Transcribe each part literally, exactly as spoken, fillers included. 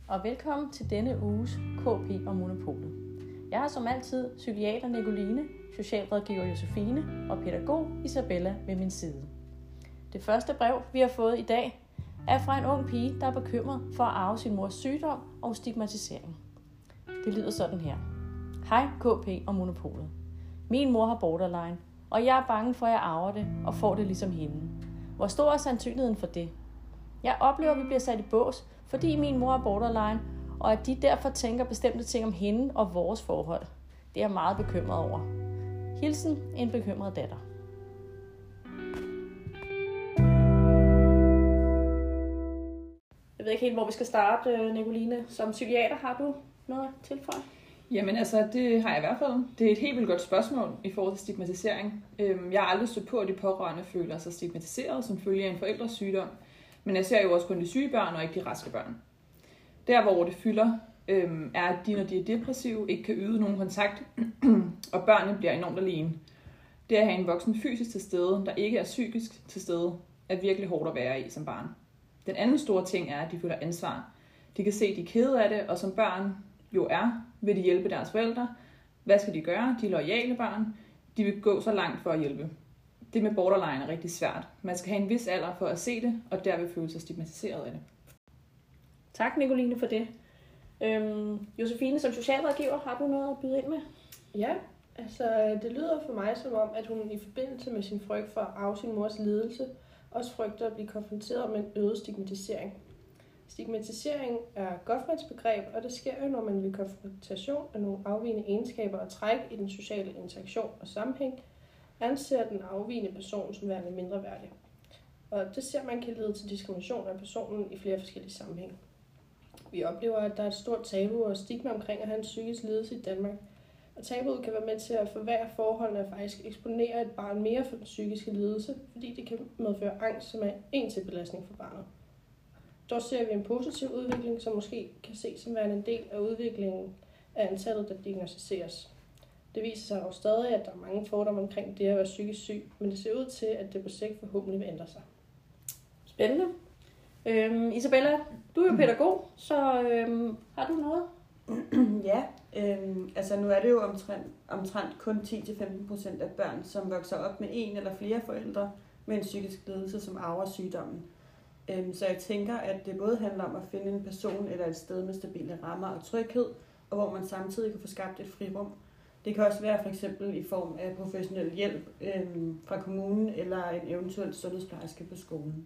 og velkommen til denne uges K P og Monopolet. Jeg har som altid psykiater Nicoline, socialrådgiver Josefine og pædagog Isabella ved min side. Det første brev, vi har fået i dag, er fra en ung pige, der er bekymret for at arve sin mors sygdom og stigmatisering. Det lyder sådan her. Hej K P og Monopolet. Min mor har borderline, og jeg er bange for, at jeg arver det og får det ligesom hende. Hvor stor er sandsynligheden for det? Jeg oplever, at vi bliver sat i bås, fordi min mor er borderline, og at de derfor tænker bestemte ting om hende og vores forhold. Det er jeg meget bekymret over. Hilsen, en bekymret datter. Jeg ved ikke helt, hvor vi skal starte, Nicoline. Som psykiater, har du noget at tilføje? Jamen altså, det har jeg i hvert fald. Det er et helt vildt godt spørgsmål i forhold til stigmatisering. Jeg har aldrig stødt på, at de pårørende føler sig stigmatiseret som følge af en forældres sygdom. Men jeg ser jo også kun de syge børn og ikke de raske børn. Der, hvor det fylder, øhm, er, at de, når de er depressive, ikke kan yde nogen kontakt, og børnene bliver enormt alene. Det at have en voksen fysisk til stede, der ikke er psykisk til stede, er virkelig hårdt at være i som barn. Den anden store ting er, at de føler ansvar. De kan se, at de er kede af det, og som børn jo er, vil de hjælpe deres forældre. Hvad skal de gøre? De er loyale børn. De vil gå så langt for at hjælpe. Det med borderline er rigtig svært. Man skal have en vis alder for at se det, og derved føle sig stigmatiseret af det. Tak, Nicoline, for det. Øhm, Josefine, som socialrådgiver, har du noget at byde ind med? Ja, altså det lyder for mig som om, at hun i forbindelse med sin frygt for at arve sin mors lidelse, også frygter at blive konfronteret med en øget stigmatisering. Stigmatisering er Goffmans begreb, og det sker jo, når man ved konfrontation af nogle afvigende egenskaber og træk i den sociale interaktion og sammenhæng, anser den afvigende person som værende mindreværdig. Og det ser man kan lede til diskrimination af personen i flere forskellige sammenhænge. Vi oplever, at der er et stort tabu og stigma omkring at have en psykisk lidelse i Danmark. Og tabuet kan være med til at forværre forholdene og faktisk eksponere et barn mere for den psykiske lidelse, fordi det kan medføre angst, som er en til belastning for barnet. Dog ser vi en positiv udvikling, som måske kan ses som værende en del af udviklingen af antallet, der diagnostiseres. Det viser sig jo stadig, at der er mange fordomme omkring det at være psykisk syg, men det ser ud til, at det på sigt forhåbentlig vil ændre sig. Spændende. Øhm, Isabella, du er jo pædagog, så øhm, har du noget? Ja, øhm, altså nu er det jo omtrent, omtrent kun ti til femten procent af børn, som vokser op med en eller flere forældre med en psykisk lidelse, som arver sygdommen. Øhm, så jeg tænker, at det både handler om at finde en person eller et sted med stabile rammer og tryghed, og hvor man samtidig kan få skabt et frirum. Det kan også være for eksempel i form af professionel hjælp øhm, fra kommunen eller en eventuel sundhedsplejerske på skolen.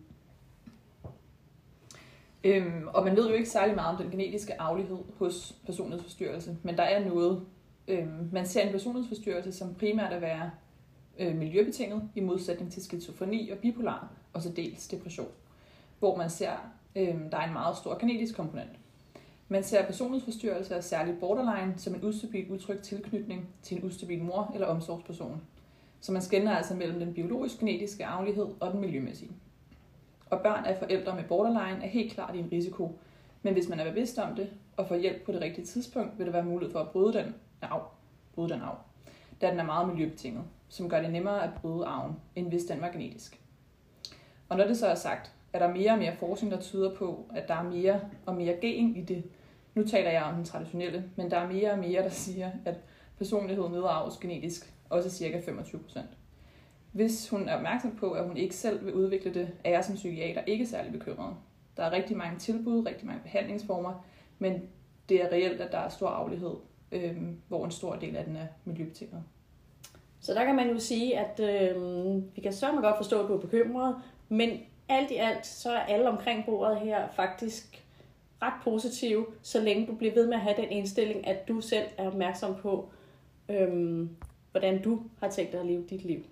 Øhm, og man ved jo ikke særlig meget om den genetiske arvelighed hos personlighedsforstyrrelse, men der er noget. Øhm, man ser en personlighedsforstyrrelse som primært at være øh, miljøbetinget i modsætning til skizofreni og bipolar, og så dels depression, hvor man ser, øh, der er en meget stor genetisk komponent. Man ser personlighedsforstyrrelser, særligt borderline, som en ustabil udtrykt tilknytning til en ustabil mor eller omsorgsperson. Så man skelner altså mellem den biologisk genetiske arvelighed og den miljømæssige. Og børn af forældre med borderline er helt klart i en risiko, men hvis man er bevidst om det og får hjælp på det rigtige tidspunkt, vil der være mulighed for at bryde den arv, bryde den arv, da den er meget miljøbetinget, som gør det nemmere at bryde arven, end hvis den var genetisk. Og når det så er sagt, er der mere og mere forskning, der tyder på, at der er mere og mere gen i det. Nu taler jeg om den traditionelle, men der er mere og mere, der siger, at personlighed nedarves genetisk, også cirka femogtyve procent. Hvis hun er opmærksom på, at hun ikke selv vil udvikle det, er jeg som psykiater ikke særlig bekymret. Der er rigtig mange tilbud, rigtig mange behandlingsformer, men det er reelt, at der er stor arvelighed, øh, hvor en stor del af den er miljøbetinget. Så der kan man jo sige, at øh, vi kan sørge godt forstå, at du er bekymret, men alt i alt, så er alle omkring bordet her faktisk ret positive, så længe du bliver ved med at have den indstilling, at du selv er opmærksom på, øhm, hvordan du har tænkt dig at leve dit liv.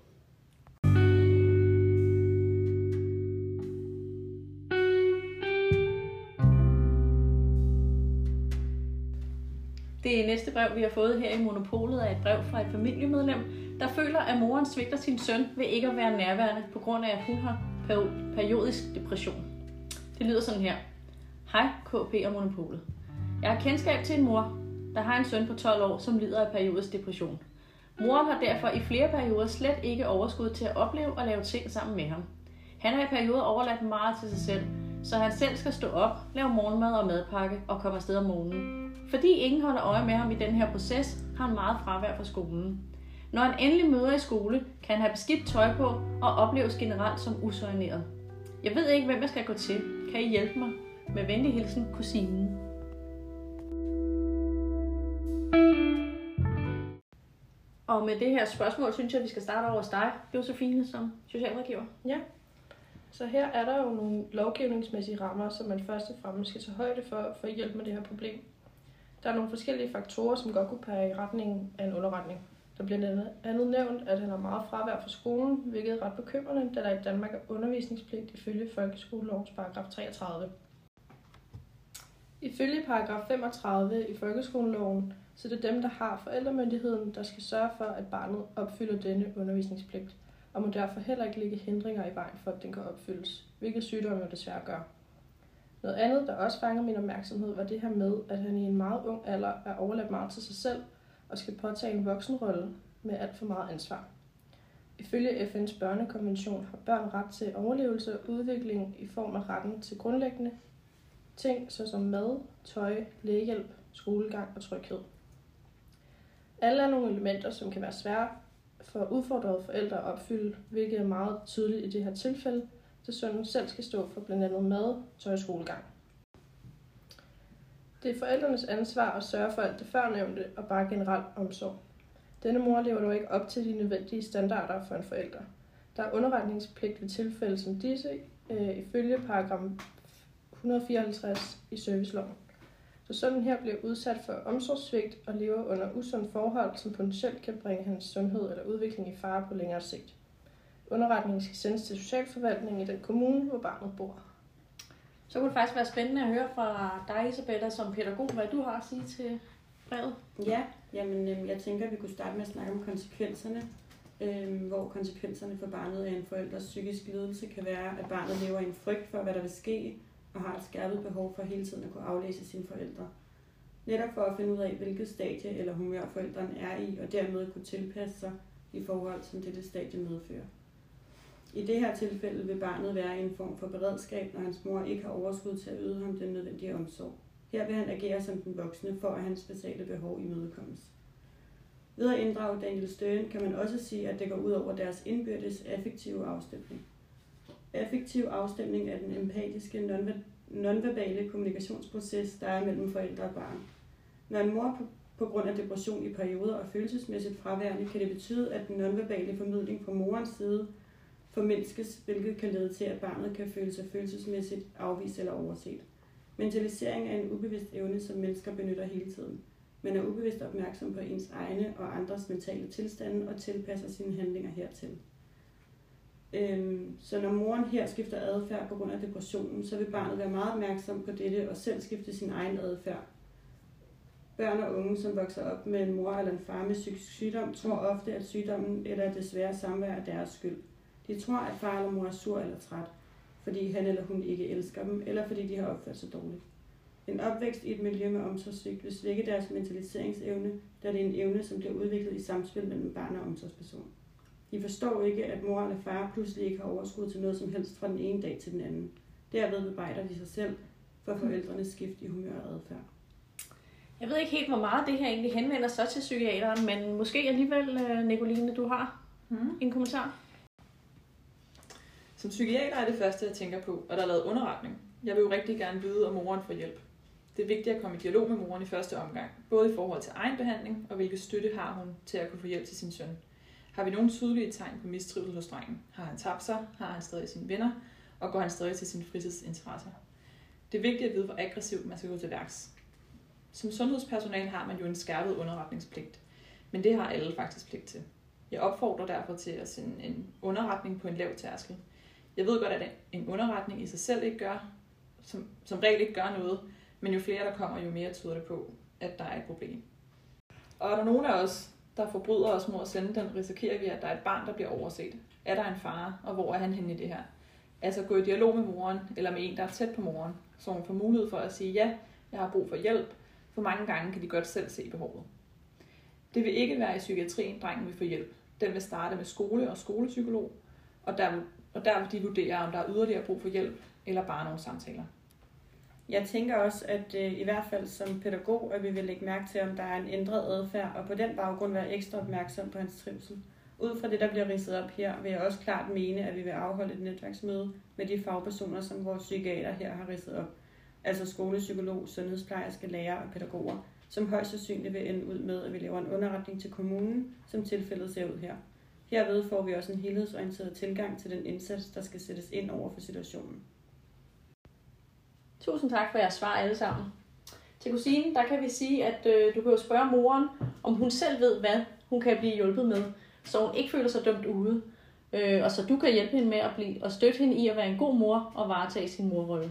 Det næste brev, vi har fået her i Monopolet, er et brev fra et familiemedlem, der føler, at moren svigter sin søn ved ikke at være nærværende, på grund af, at hun har periodisk depression. Det lyder sådan her. Hej K P og Monopolet. Jeg har kendskab til en mor, der har en søn på tolv år, som lider af periodisk depression. Moren har derfor i flere perioder slet ikke overskud til at opleve og lave ting sammen med ham. Han har i perioder overladt meget til sig selv, så han selv skal stå op, lave morgenmad og madpakke og komme afsted om morgenen. Fordi ingen holder øje med ham i den her proces, har han meget fravær fra skolen. Når han endelig møder i skole, kan han have beskidt tøj på og opleves generelt som usoigneret. Jeg ved ikke, hvem jeg skal gå til. Kan I hjælpe mig? Med venlig hilsen, kusinen. Og med det her spørgsmål, synes jeg, at vi skal starte over hos dig, Josefine, som socialrådgiver. Ja, så her er der jo nogle lovgivningsmæssige rammer, som man først og fremmest skal tage højde for, for at hjælpe med det her problem. Der er nogle forskellige faktorer, som godt kunne pege i retningen af en underretning. Der bliver blandt andet nævnt, at han har meget fravær fra skolen, hvilket er ret bekymrende, da der i Danmark er undervisningspligt ifølge folkeskolelovens paragraf treogtredive. Ifølge paragraf femogtredive i folkeskoleloven, så det er dem, der har forældremyndigheden, der skal sørge for, at barnet opfylder denne undervisningspligt, og må derfor heller ikke lægge hindringer i vejen for, at den kan opfyldes, hvilket sygdomme jo desværre gør. Noget andet, der også fanger min opmærksomhed, var det her med, at han i en meget ung alder er overladt meget til sig selv, og skal påtage en voksenrolle med alt for meget ansvar. Ifølge F N's børnekonvention har børn ret til overlevelse og udvikling i form af retten til grundlæggende ting, såsom mad, tøj, lægehjælp, skolegang og tryghed. Alle er nogle elementer, som kan være svære for udfordrede forældre at opfylde, hvilket er meget tydeligt i det her tilfælde, da sønnen selv skal stå for blandt andet mad, tøj og skolegang. Det er forældrenes ansvar at sørge for alt det førnævnte og bare generelt omsorg. Denne mor lever dog ikke op til de nødvendige standarder for en forælder. Der er underretningspligt ved tilfælde som disse, øh, ifølge paragraf et hundrede fireoghalvtreds i serviceloven. Så sådan her bliver udsat for omsorgssvigt og lever under usund forhold, som potentielt kan bringe hans sundhed eller udvikling i fare på længere sigt. Underretningen skal sendes til socialforvaltningen i den kommune, hvor barnet bor. Så kunne det faktisk være spændende at høre fra dig, Isabella, som pædagog, hvad du har at sige til brevet. Ja, jamen, jeg tænker, at vi kunne starte med at snakke om konsekvenserne, øh, hvor konsekvenserne for barnet af en forældres psykisk lidelse kan være, at barnet lever i en frygt for, hvad der vil ske, og har et skærpet behov for hele tiden at kunne aflæse sine forældre. Netop for at finde ud af, hvilket stadie eller humør forældrene er i, og dermed kunne tilpasse sig i forhold, som dette stadie medfører. I det her tilfælde vil barnet være i en form for beredskab, når hans mor ikke har overskud til at yde ham den nødvendige omsorg. Her vil han agere som den voksne, for at hans basale behov imødekommes. Ved at inddrage Daniel Stern kan man også sige, at det går ud over deres indbyrdes affektive afstemning. Affektiv afstemning er den empatiske, nonverbale kommunikationsproces, der er mellem forældre og barn. Når en mor på grund af depression i perioder og følelsesmæssigt fraværende, kan det betyde, at den nonverbale formidling fra morens side formindskes, hvilket kan lede til, at barnet kan føle sig følelsesmæssigt afvist eller overset. Mentalisering er en ubevidst evne, som mennesker benytter hele tiden. Man er ubevidst opmærksom på ens egne og andres mentale tilstande og tilpasser sine handlinger hertil. Øhm, så når moren her skifter adfærd på grund af depressionen, så vil barnet være meget opmærksom på dette og selv skifte sin egen adfærd. Børn og unge, som vokser op med en mor eller en far med psykisk sygdom, tror ofte, at sygdommen eller det svære samvær er deres skyld. De tror, at far eller mor er sur eller træt, fordi han eller hun ikke elsker dem, eller fordi de har opført sig dårligt. En opvækst i et miljø med omsorgssvigt vil svække deres mentaliseringsevne, da det er en evne, som bliver udviklet i samspil mellem barn og omsorgsperson. De forstår ikke, at mor eller far pludselig ikke har overskud til noget som helst fra den ene dag til den anden. Derved bebrejder de sig selv for forældrenes skift i humør og adfærd. Jeg ved ikke helt, hvor meget det her egentlig henvender sig til psykiateren, men måske alligevel, Nicoline, du har hmm. en kommentar? Som psykiater er det første, jeg tænker på, at der er lavet underretning. Jeg vil jo rigtig gerne vide, om moren får hjælp. Det er vigtigt at komme i dialog med moren i første omgang, både i forhold til egen behandling og hvilke støtte har hun til at kunne få hjælp til sin søn. Har vi nogle tydelige tegn på mistrivsel hos drengen? Har han tabt sig? Har han stadig sine venner? Og går han stadig til sine fritidsinteresser? Det er vigtigt at vide, hvor aggressivt man skal gå til værks. Som sundhedspersonale har man jo en skærpet underretningspligt, men det har alle faktisk pligt til. Jeg opfordrer derfor til at sende en underretning på en lav tærskel. Jeg ved godt, at en underretning i sig selv ikke gør, som, som regel ikke gør noget, men jo flere der kommer, jo mere tyder det på, at der er et problem. Og er der nogen af os, der forbryder os mod at sende den, risikerer vi, at der er et barn, der bliver overset. Er der en far, og hvor er han henne i det her? Altså gå i dialog med moren, eller med en, der er tæt på moren, så hun får mulighed for at sige, ja, jeg har brug for hjælp, for mange gange kan de godt selv se behovet. Det vil ikke være i psykiatrien, drengen vil få hjælp. Den vil starte med skole og skolepsykolog, og der vil, og der vil de vurdere, om der er yderligere brug for hjælp, eller bare nogle samtaler. Jeg tænker også, at øh, i hvert fald som pædagog, at vi vil lægge mærke til, om der er en ændret adfærd, og på den baggrund være ekstra opmærksom på hans trivsel. Ud fra det, der bliver ridset op her, vil jeg også klart mene, at vi vil afholde et netværksmøde med de fagpersoner, som vores psykiater her har ridset op. Altså skolepsykolog, sundhedsplejerske, lærer og pædagoger, som højst sandsynligt vil ende ud med, at vi laver en underretning til kommunen, som tilfældet ser ud her. Herved får vi også en helhedsorienteret tilgang til den indsats, der skal sættes ind over for situationen. Tusind tak for jeres svar alle sammen. Til kusinen, der kan vi sige, at øh, du kan jo spørge moren, om hun selv ved, hvad hun kan blive hjulpet med, så hun ikke føler sig dømt ude, øh, og så du kan hjælpe hende med at blive, og støtte hende i at være en god mor og varetage sin morrolle.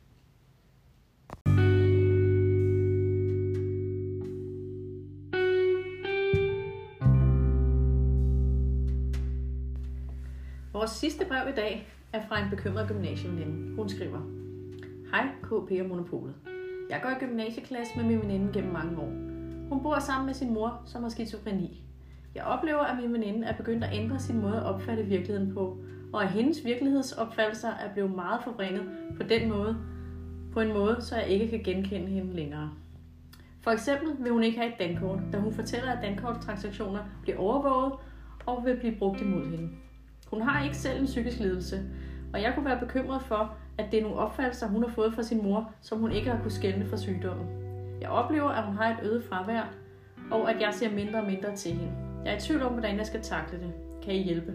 Vores sidste brev i dag er fra en bekymret gymnasieveninde. Hun skriver: Hej, K P og Monopolet. Jeg går i gymnasieklasse med min veninde gennem mange år. Hun bor sammen med sin mor, som har skizofreni. Jeg oplever, at min veninde er begyndt at ændre sin måde at opfatte virkeligheden på, og at hendes virkelighedsopfattelser er blevet meget forvrænget på den måde, på en måde, så jeg ikke kan genkende hende længere. For eksempel vil hun ikke have et dankort, da hun fortæller, at dankorttransaktioner bliver overvåget og vil blive brugt imod hende. Hun har ikke selv en psykisk lidelse, og jeg kunne være bekymret for, at det er nogle opfattelser, hun har fået fra sin mor, som hun ikke har kunnet skelne fra sygdommen. Jeg oplever, at hun har et øget fravær, og at jeg ser mindre og mindre til hende. Jeg er i tvivl om, hvordan jeg skal takle det. Kan I hjælpe?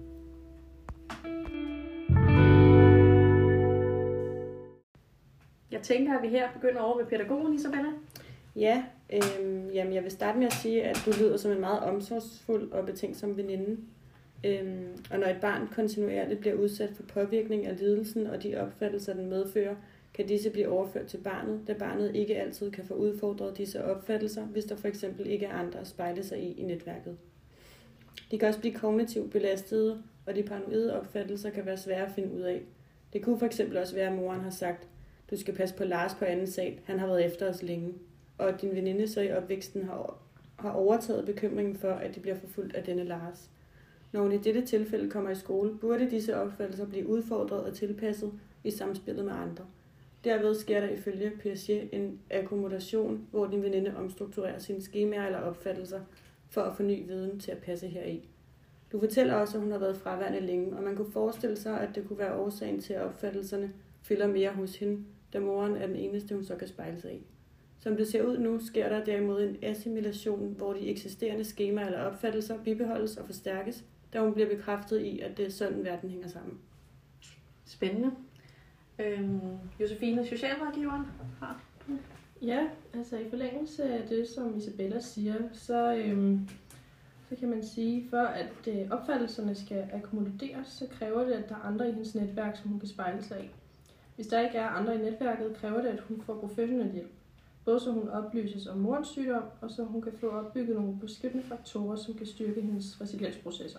Jeg tænker, at vi her begynder over med pædagogen, Isabella. Ja, øh, jamen jeg vil starte med at sige, at du lyder som en meget omsorgsfuld og betænksom veninde. Øhm, og når et barn kontinuerligt bliver udsat for påvirkning af lidelsen og de opfattelser, den medfører, kan disse blive overført til barnet, da barnet ikke altid kan få udfordret disse opfattelser, hvis der for eksempel ikke er andre at spejle sig i i netværket. De kan også blive kognitivt belastede, og de paranoide opfattelser kan være svære at finde ud af. Det kunne for eksempel også være, at moren har sagt, du skal passe på Lars på anden sal, han har været efter os længe, og at din veninde så i opvæksten har, har overtaget bekymringen for, at de bliver forfulgt af denne Lars. Når hun i dette tilfælde kommer i skole, burde disse opfattelser blive udfordret og tilpasset i samspillet med andre. Derved sker der ifølge Piaget en akkommodation, hvor din veninde omstrukturerer sine skemaer eller opfattelser for at få ny viden til at passe heri. Du fortæller også, at hun har været fraværende længe, og man kunne forestille sig, at det kunne være årsagen til, at opfattelserne fylder mere hos hende, da moren er den eneste, hun så kan spejle sig i. Som det ser ud nu, sker der derimod en assimilation, hvor de eksisterende skemaer eller opfattelser bibeholdes og forstærkes, da hun bliver bekræftet i, at det er sådan, verden hænger sammen. Spændende. Øhm, Josefine, socialrådgiveren, har du? Ja, altså i forlængelse af det, som Isabella siger, så, øhm, så kan man sige, for at øh, opfattelserne skal akkumuleres, så kræver det, at der er andre i hendes netværk, som hun kan spejle sig i. Hvis der ikke er andre i netværket, kræver det, at hun får professionel hjælp. Både så hun oplyses om morens sygdom, og så hun kan få opbygget nogle beskyttende faktorer, som kan styrke hendes resiliensprocesser.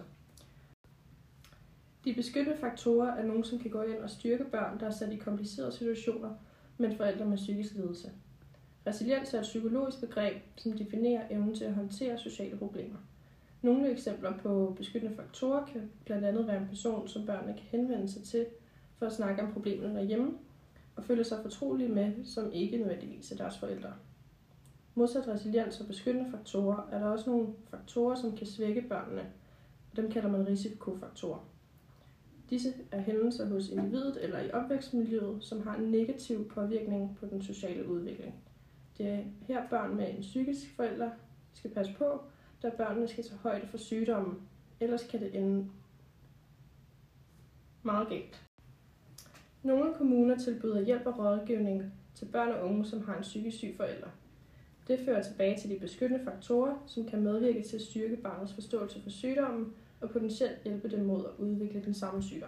De beskyttende faktorer er nogle, som kan gå ind og styrke børn, der er sat i komplicerede situationer med forældre med psykisk lidelse. Resiliens er et psykologisk begreb, som definerer evnen til at håndtere sociale problemer. Nogle eksempler på beskyttende faktorer kan blandt andet være en person, som børnene kan henvende sig til for at snakke om problemerne derhjemme, og føle sig fortrolige med, som ikke nødvendigvis er deres forældre. Modsat resiliens og beskyttende faktorer er der også nogle faktorer, som kan svække børnene, og dem kalder man risikofaktorer. Disse er hændelser hos individet eller i opvækstmiljøet, som har en negativ påvirkning på den sociale udvikling. Det er her børn med en psykisk forælder skal passe på, da børnene skal tage højde for sygdommen, ellers kan det ende meget galt. Nogle kommuner tilbyder hjælp og rådgivning til børn og unge, som har en psykisk syg forælder. Det fører tilbage til de beskyttende faktorer, som kan medvirke til at styrke barnets forståelse for sygdommen og potentielt hjælpe dem mod at udvikle den samme sygdom.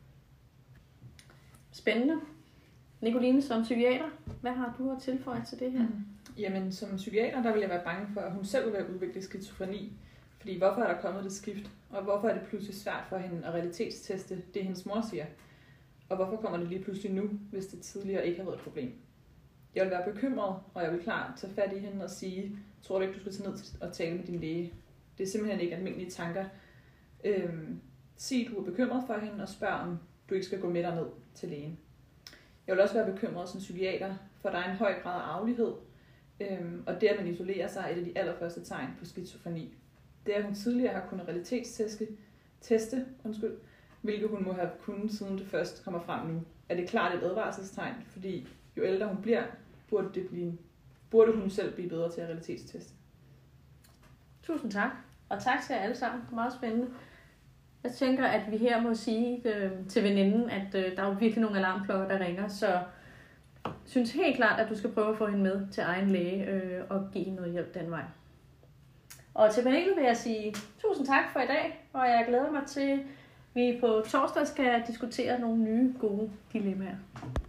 Spændende. Nicoline, som psykiater, hvad har du at tilføje til det her? Mm. Jamen, som psykiater, der vil jeg være bange for, at hun selv vil være udviklet skizofreni. Fordi hvorfor er der kommet det skift? Og hvorfor er det pludselig svært for hende at realitetsteste det, hendes mor siger? Og hvorfor kommer det lige pludselig nu, hvis det tidligere ikke har været et problem? Jeg vil være bekymret, og jeg vil klart tage fat i hende og sige, tror du ikke, du skal tage ned og tale med din læge? Det er simpelthen ikke almindelige tanker. Øhm, sig, du er bekymret for hende, og spørg, om du ikke skal gå med dig ned til lægen. Jeg vil også være bekymret som psykiater, for der er en høj grad af arvelighed, øhm, og det, at man isolerer sig, er et af de allerførste tegn på skizofreni. Det, at hun tidligere har kunnet realitetsteste, teste, undskyld, hvilket hun må have kunnet, siden det først kommer frem nu, er det klart et advarselstegn, fordi jo ældre hun bliver, burde, det blive, burde hun selv blive bedre til at realitetsteste. Tusind tak, og tak til jer alle sammen. Meget spændende. Jeg tænker, at vi her må sige øh, til veninden, at øh, der er jo virkelig nogle alarmklokker, der ringer, så jeg synes helt klart, at du skal prøve at få hende med til egen læge øh, og give hende noget hjælp den vej. Og til panelet vil jeg sige tusind tak for i dag, og jeg glæder mig til, at vi på torsdag skal diskutere nogle nye gode dilemmaer.